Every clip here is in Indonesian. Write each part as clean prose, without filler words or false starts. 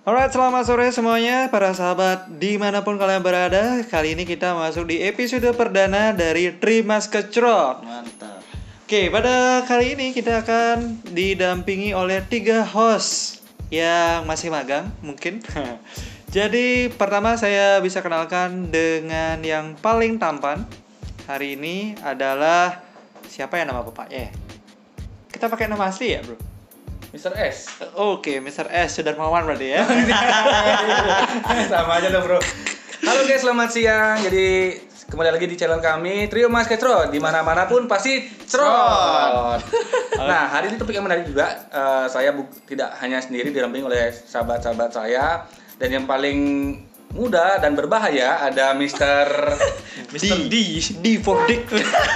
Alright, selamat sore semuanya para sahabat dimanapun kalian berada. Kali ini kita masuk di episode perdana dari Trimas Kecrot. Mantap. Oke, pada kali ini kita akan didampingi oleh 3 host yang masih magang mungkin. Jadi pertama saya bisa kenalkan dengan yang paling tampan. Hari ini adalah siapa ya nama bapaknya? Kita pakai nama asli ya, bro? Mr. S. Oke, Mr. S Sudarmawan berarti ya. Sama aja dong, bro. Halo guys, selamat siang. Jadi kembali lagi di channel kami Trio Mas Kecrot. Di mana-mana pun pasti cerot. Nah, hari ini topik yang menarik juga. Saya tidak hanya sendiri, dirampingi oleh sahabat-sahabat saya. Dan yang paling muda dan berbahaya ada Mr. D for Dick.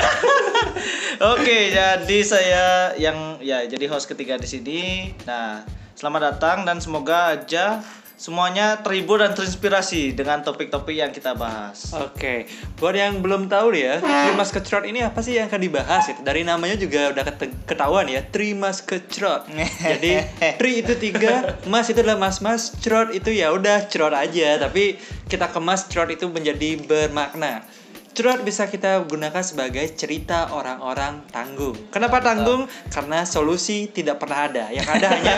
Oke, jadi saya yang jadi host ketiga di sini. Nah, selamat datang dan semoga aja semuanya terhibur dan terinspirasi dengan topik-topik yang kita bahas. Oke, buat yang belum tahu nih ya, Trimas Kecrot ini apa sih yang akan dibahas ya? Dari namanya juga udah ketahuan ya, Trimas Kecrot. Jadi tri itu 3, mas itu adalah mas-mas, crot itu ya udah crot aja, tapi kita kemas crot itu menjadi bermakna. Cerot bisa kita gunakan sebagai cerita orang-orang tanggung. Kenapa tanggung? Karena solusi tidak pernah ada. Yang ada hanya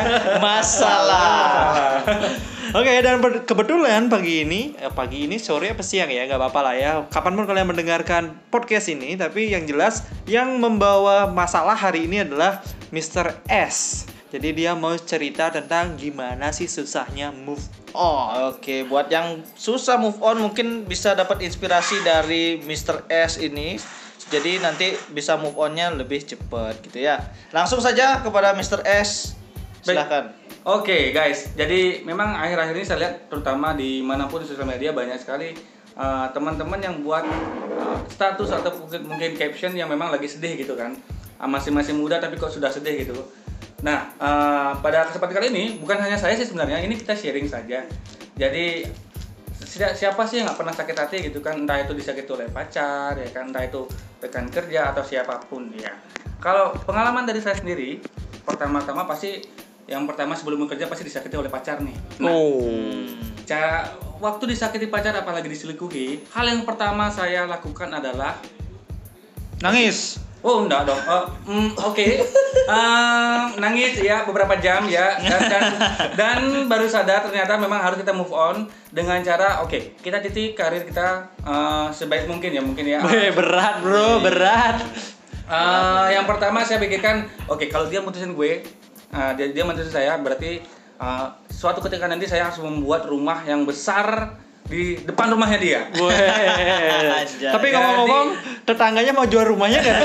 masalah. Oke, dan kebetulan pagi ini sore apa siang ya, nggak apa-apa lah ya. Kapanpun kalian mendengarkan podcast ini, tapi yang jelas yang membawa masalah hari ini adalah Mr. S. Jadi dia mau cerita tentang gimana sih susahnya move on. Oke, buat yang susah move on mungkin bisa dapat inspirasi dari Mr. S ini. Jadi nanti bisa move on-nya lebih cepat gitu ya. Langsung saja kepada Mr. S. Silakan. Oke guys, jadi memang akhir-akhir ini saya lihat terutama di manapun di sosial media banyak sekali teman-teman yang buat status atau mungkin caption yang memang lagi sedih gitu kan. Masih muda tapi kok sudah sedih gitu. Nah, pada kesempatan kali ini bukan hanya saya sih sebenarnya, ini kita sharing saja. Jadi siapa sih yang nggak pernah sakit hati gitu kan, entah itu disakiti oleh pacar ya kan, entah itu rekan kerja atau siapapun ya. Kalau pengalaman dari saya sendiri, pertama-tama pasti yang pertama sebelum bekerja pasti disakiti oleh pacar nih. Nah, cara waktu disakiti pacar apalagi diselingkuhi, hal yang pertama saya lakukan adalah Nangis. Oh enggak dong. Oke. Nangis ya beberapa jam ya dan baru sadar ternyata memang harus kita move on dengan cara kita titik karir kita sebaik mungkin ya. Berat bro, berat. Yang pertama saya pikirkan kalau dia mutusin gue, dia mutusin saya berarti suatu ketika nanti saya harus membuat rumah yang besar di depan rumahnya dia. Tapi ngomong-ngomong, tetangganya mau jual rumahnya kan?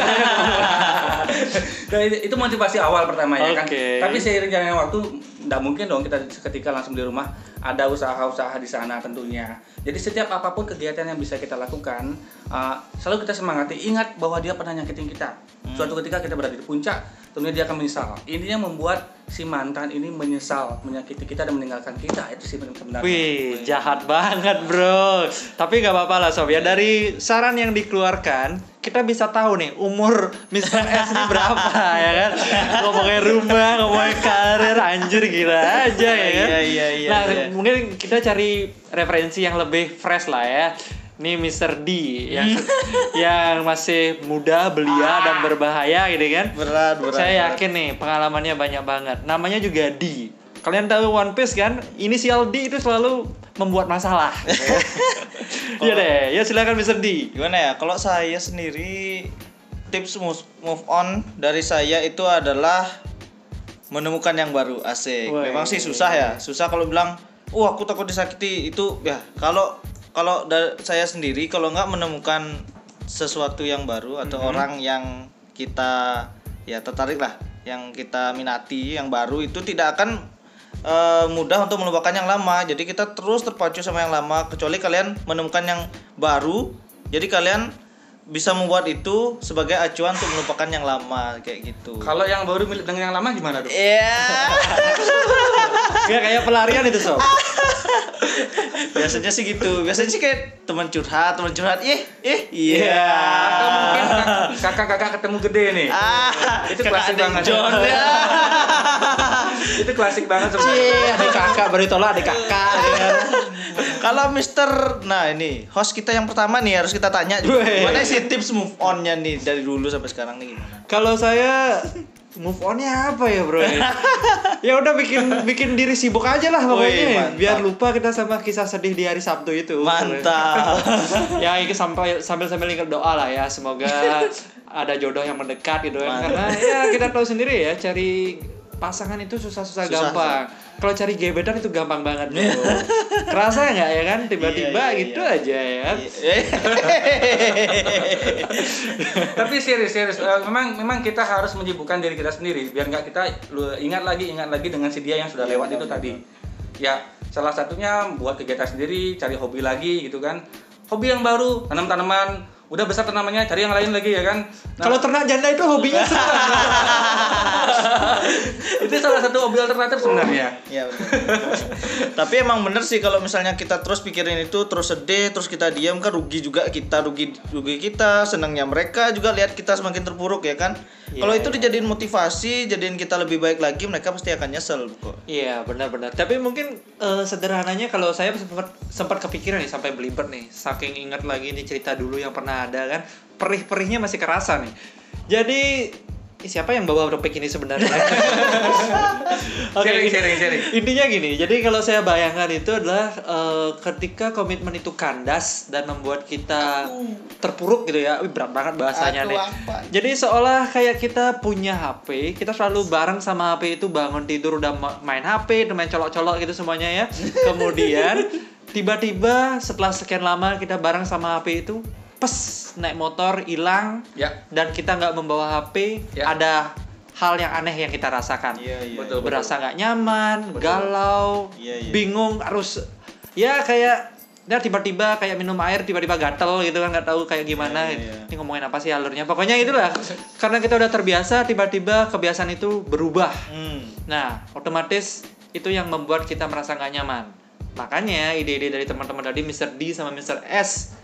Nah, itu motivasi awal pertama ya kan. Tapi seiring jalannya waktu, nggak mungkin dong kita seketika langsung di rumah. Ada usaha-usaha di sana tentunya. Jadi setiap apapun kegiatan yang bisa kita lakukan, selalu kita semangati. Ingat bahwa dia pernah nyakitin kita. Suatu ketika kita berada di puncak, tentunya dia akan menyesal. Intinya membuat si mantan ini menyesal, menyakiti kita dan meninggalkan kita. Itu sih sebenarnya. Wih, jahat banget bro. Tapi gak apa-apa lah sob ya. Dari saran yang dikeluarkan, kita bisa tahu nih umur Mr. S ini berapa ya kan. Ngomongin rumah, ngomongin karir, anjir gila aja ya kan. Iya. Nah mungkin kita cari referensi yang lebih fresh lah ya. Ini Mr. D yang masih muda, belia dan berbahaya gitu kan. Berat. Saya yakin nih pengalamannya banyak banget. Namanya juga D. Kalian tahu One Piece kan? Inisial D itu selalu membuat masalah. Iya deh, ya silakan Mr. D. Gimana ya? Kalau saya sendiri tips move on dari saya itu adalah menemukan yang baru. Asik. Memang sih susah ya. Susah kalau bilang, aku takut disakiti itu ya. Kalau saya sendiri kalau nggak menemukan sesuatu yang baru atau orang yang kita ya tertarik lah, yang kita minati, yang baru itu tidak akan mudah untuk melupakan yang lama. Jadi kita terus terpacu sama yang lama kecuali kalian menemukan yang baru. Jadi kalian bisa membuat itu sebagai acuan untuk melupakan yang lama kayak gitu. Kalau yang baru milik dengan yang lama gimana dong? Iya. Ya kayak pelarian itu sob. Biasanya sih gitu. Biasanya sih kayak teman curhat. Iya. Atau mungkin kakak-kakak ketemu gede nih. Itu klasik banget. John ya. Itu klasik banget sebenarnya. Cie, adik kakak baru tolak adik kakak. Kalau Mister, nah ini host kita yang pertama nih harus kita tanya juga. Gimana sih tips move on-nya nih dari dulu sampai sekarang nih gimana? Kalau saya move on-nya apa ya, Bro? Ya udah bikin diri sibuk aja lah pokoknya. Biar lupa kita sama kisah sedih di hari Sabtu itu. Mantap. Ya ini sambil ingat doa lah ya, semoga ada jodoh yang mendekat gitu kan. Karena ya kita tahu sendiri ya, cari pasangan itu susah gampang. Kalau cari gebetan itu gampang banget bro. Kerasa nggak ya kan? Tiba-tiba gitu aja ya. Tapi serius. Memang kita harus menyibukkan diri kita sendiri biar nggak kita ingat lagi dengan si dia yang sudah lewat itu tadi. Ya salah satunya buat kegiatan sendiri, cari hobi lagi gitu kan. Hobi yang baru, tanam tanaman. Udah besar tanamannya, cari yang lain lagi ya kan. Nah, kalau ternak janda itu hobinya itu salah satu hobi alternatif sebenarnya. Iya betul. Tapi emang bener sih kalau misalnya kita terus pikirin itu, terus sedih, terus kita diam kan rugi juga kita, rugi kita, senangnya mereka juga lihat kita semakin terpuruk ya kan. Kalau itu dijadiin motivasi, jadiin kita lebih baik lagi, mereka pasti akan nyesel kok. Iya benar. Tapi mungkin sederhananya kalau saya sempat kepikiran nih sampai belibet nih, saking ingat lagi nih cerita dulu yang pernah ada kan, perih-perihnya masih kerasa nih. Jadi siapa yang bawa topik ini sebenarnya? Sharing. Intinya gini, jadi kalau saya bayangkan itu adalah ketika komitmen itu kandas dan membuat kita terpuruk gitu ya. Berat banget bahasanya nih. Jadi seolah kayak kita punya HP, kita selalu bareng sama HP itu, bangun tidur udah main HP, udah main colok-colok gitu semuanya ya. Kemudian tiba-tiba setelah sekian lama kita bareng sama HP itu, naik motor hilang dan kita nggak membawa HP, ada hal yang aneh yang kita rasakan. Betul. Berasa nggak nyaman, galau, bingung, harus ya kayak tiba-tiba kayak minum air tiba-tiba gatel gitu kan, nggak tahu kayak gimana. Ini ngomongin apa sih alurnya, pokoknya itulah. Karena kita udah terbiasa, tiba-tiba kebiasaan itu berubah. Nah otomatis itu yang membuat kita merasa nggak nyaman. Makanya ide-ide dari teman-teman tadi, Mr. D sama Mr. S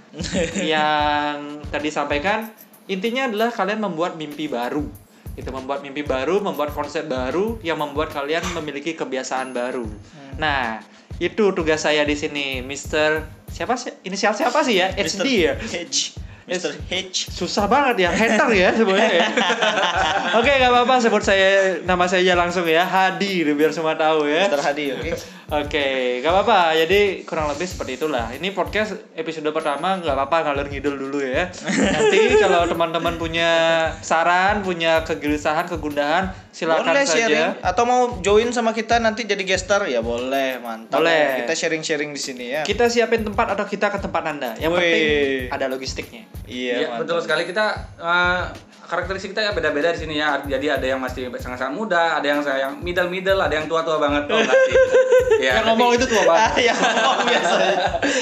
yang tadi sampaikan, intinya adalah kalian membuat mimpi baru. Itu membuat mimpi baru, membuat konsep baru yang membuat kalian memiliki kebiasaan baru. Nah, itu tugas saya di sini, Mr. Siapa sih? Inisial siapa sih ya? HD ya? Mr. H. Susah banget ya, hater ya semuanya ya. Oke, gak apa-apa, sebut nama saya aja langsung ya, Hadi, biar semua tahu ya. Mr. Hadi, oke. Oke, gak apa-apa. Jadi kurang lebih seperti itulah. Ini podcast episode pertama, gak apa-apa ngalur ngidul dulu ya. Nanti kalau teman-teman punya saran, punya kegelisahan, kegundahan, silakan boleh saja. Sharing. Atau mau join sama kita nanti jadi guestar ya boleh, mantap. Boleh. Kita sharing-sharing di sini ya. Kita siapin tempat atau kita ke tempat Anda. Yang penting ada logistiknya. Iya, betul sekali. Kita karakteristik kita ya beda-beda di sini ya. Jadi ada yang masih sangat-sangat muda, ada yang middle, ada yang tua-tua banget. Oh, ya, yang ngomong itu tua banget. Yang ngomong biasanya.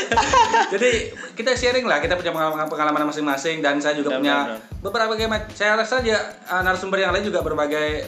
Jadi kita sharing lah, kita punya pengalaman masing-masing, dan saya juga punya beberapa saya rasa aja narasumber yang lain juga berbagai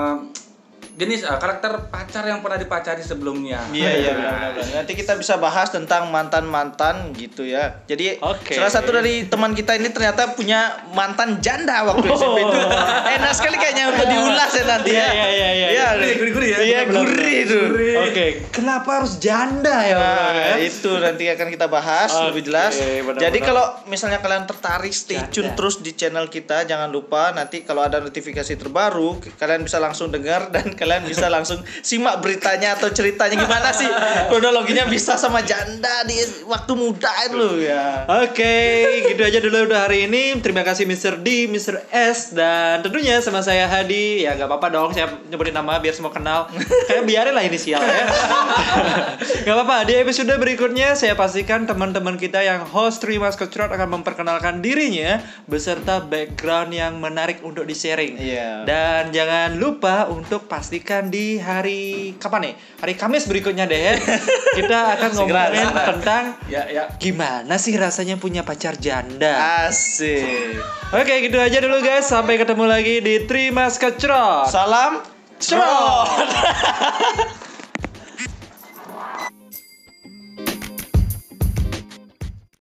jenis karakter pacar yang pernah dipacari sebelumnya. Iya benar. Nanti kita bisa bahas tentang mantan gitu ya. Jadi salah satu dari teman kita ini ternyata punya mantan janda waktu SMP itu. Enak sekali kayaknya untuk diulas ya nanti ya. Iya. Gurih ya. Iya, gurih itu. Oke. Kenapa harus janda ya? Itu nanti akan kita bahas lebih jelas. Jadi kalau misalnya kalian tertarik, stay tune terus di channel kita. Jangan lupa nanti kalau ada notifikasi terbaru, kalian bisa langsung dengar dan kalian bisa langsung simak beritanya atau ceritanya gimana sih kronologinya bisa sama janda di waktu muda itu ya. Oke, gitu aja dulu udah hari ini. Terima kasih Mr. D, Mr. S, dan tentunya sama saya Hadi. Ya gak apa-apa dong saya nyebutin nama biar semua kenal. Kayak biarin lah inisial ya. Gak apa-apa, di episode berikutnya saya pastikan teman-teman kita yang host 3 Musketeers akan memperkenalkan dirinya beserta background yang menarik untuk di-sharing. Dan jangan lupa untuk pastikan di hari kapan nih? Hari Kamis berikutnya deh ya. Kita akan ngomongin tentang gimana sih rasanya punya pacar janda. Asik. Oke, gitu aja dulu guys. Sampai ketemu lagi di 3 Musketeers. Salam cerot.